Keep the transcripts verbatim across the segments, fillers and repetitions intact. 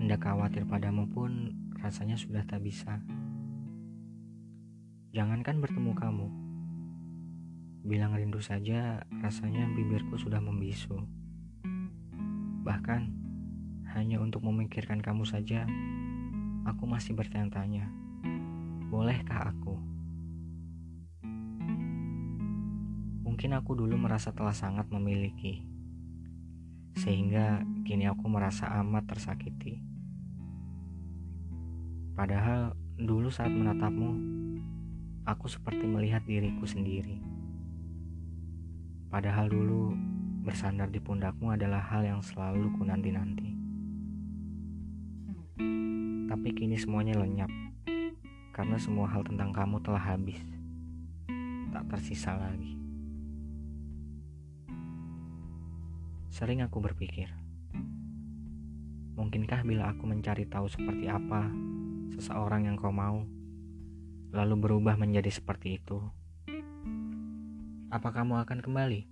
Hendak khawatir padamu pun rasanya sudah tak bisa. Jangankan bertemu kamu, bilang rindu saja rasanya bibirku sudah membisu. Bahkan hanya untuk memikirkan kamu saja, aku masih bertanya-tanya, bolehkah aku? Mungkin aku dulu merasa telah sangat memiliki, sehingga kini aku merasa amat tersakiti. Padahal dulu saat menatapmu, aku seperti melihat diriku sendiri. Padahal dulu bersandar di pundakmu adalah hal yang selalu ku nanti-nanti. Tapi kini semuanya lenyap, karena semua hal tentang kamu telah habis. Tak tersisa lagi. Sering aku berpikir, mungkinkah bila aku mencari tahu seperti apa seseorang yang kau mau, lalu berubah menjadi seperti itu, apa kamu akan kembali?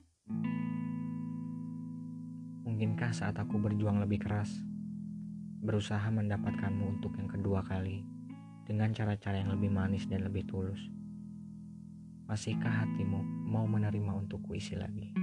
Mungkinkah saat aku berjuang lebih keras, berusaha mendapatkanmu untuk yang kedua kali, dengan cara-cara yang lebih manis dan lebih tulus, masihkah hatimu mau menerima untuk kuisi lagi?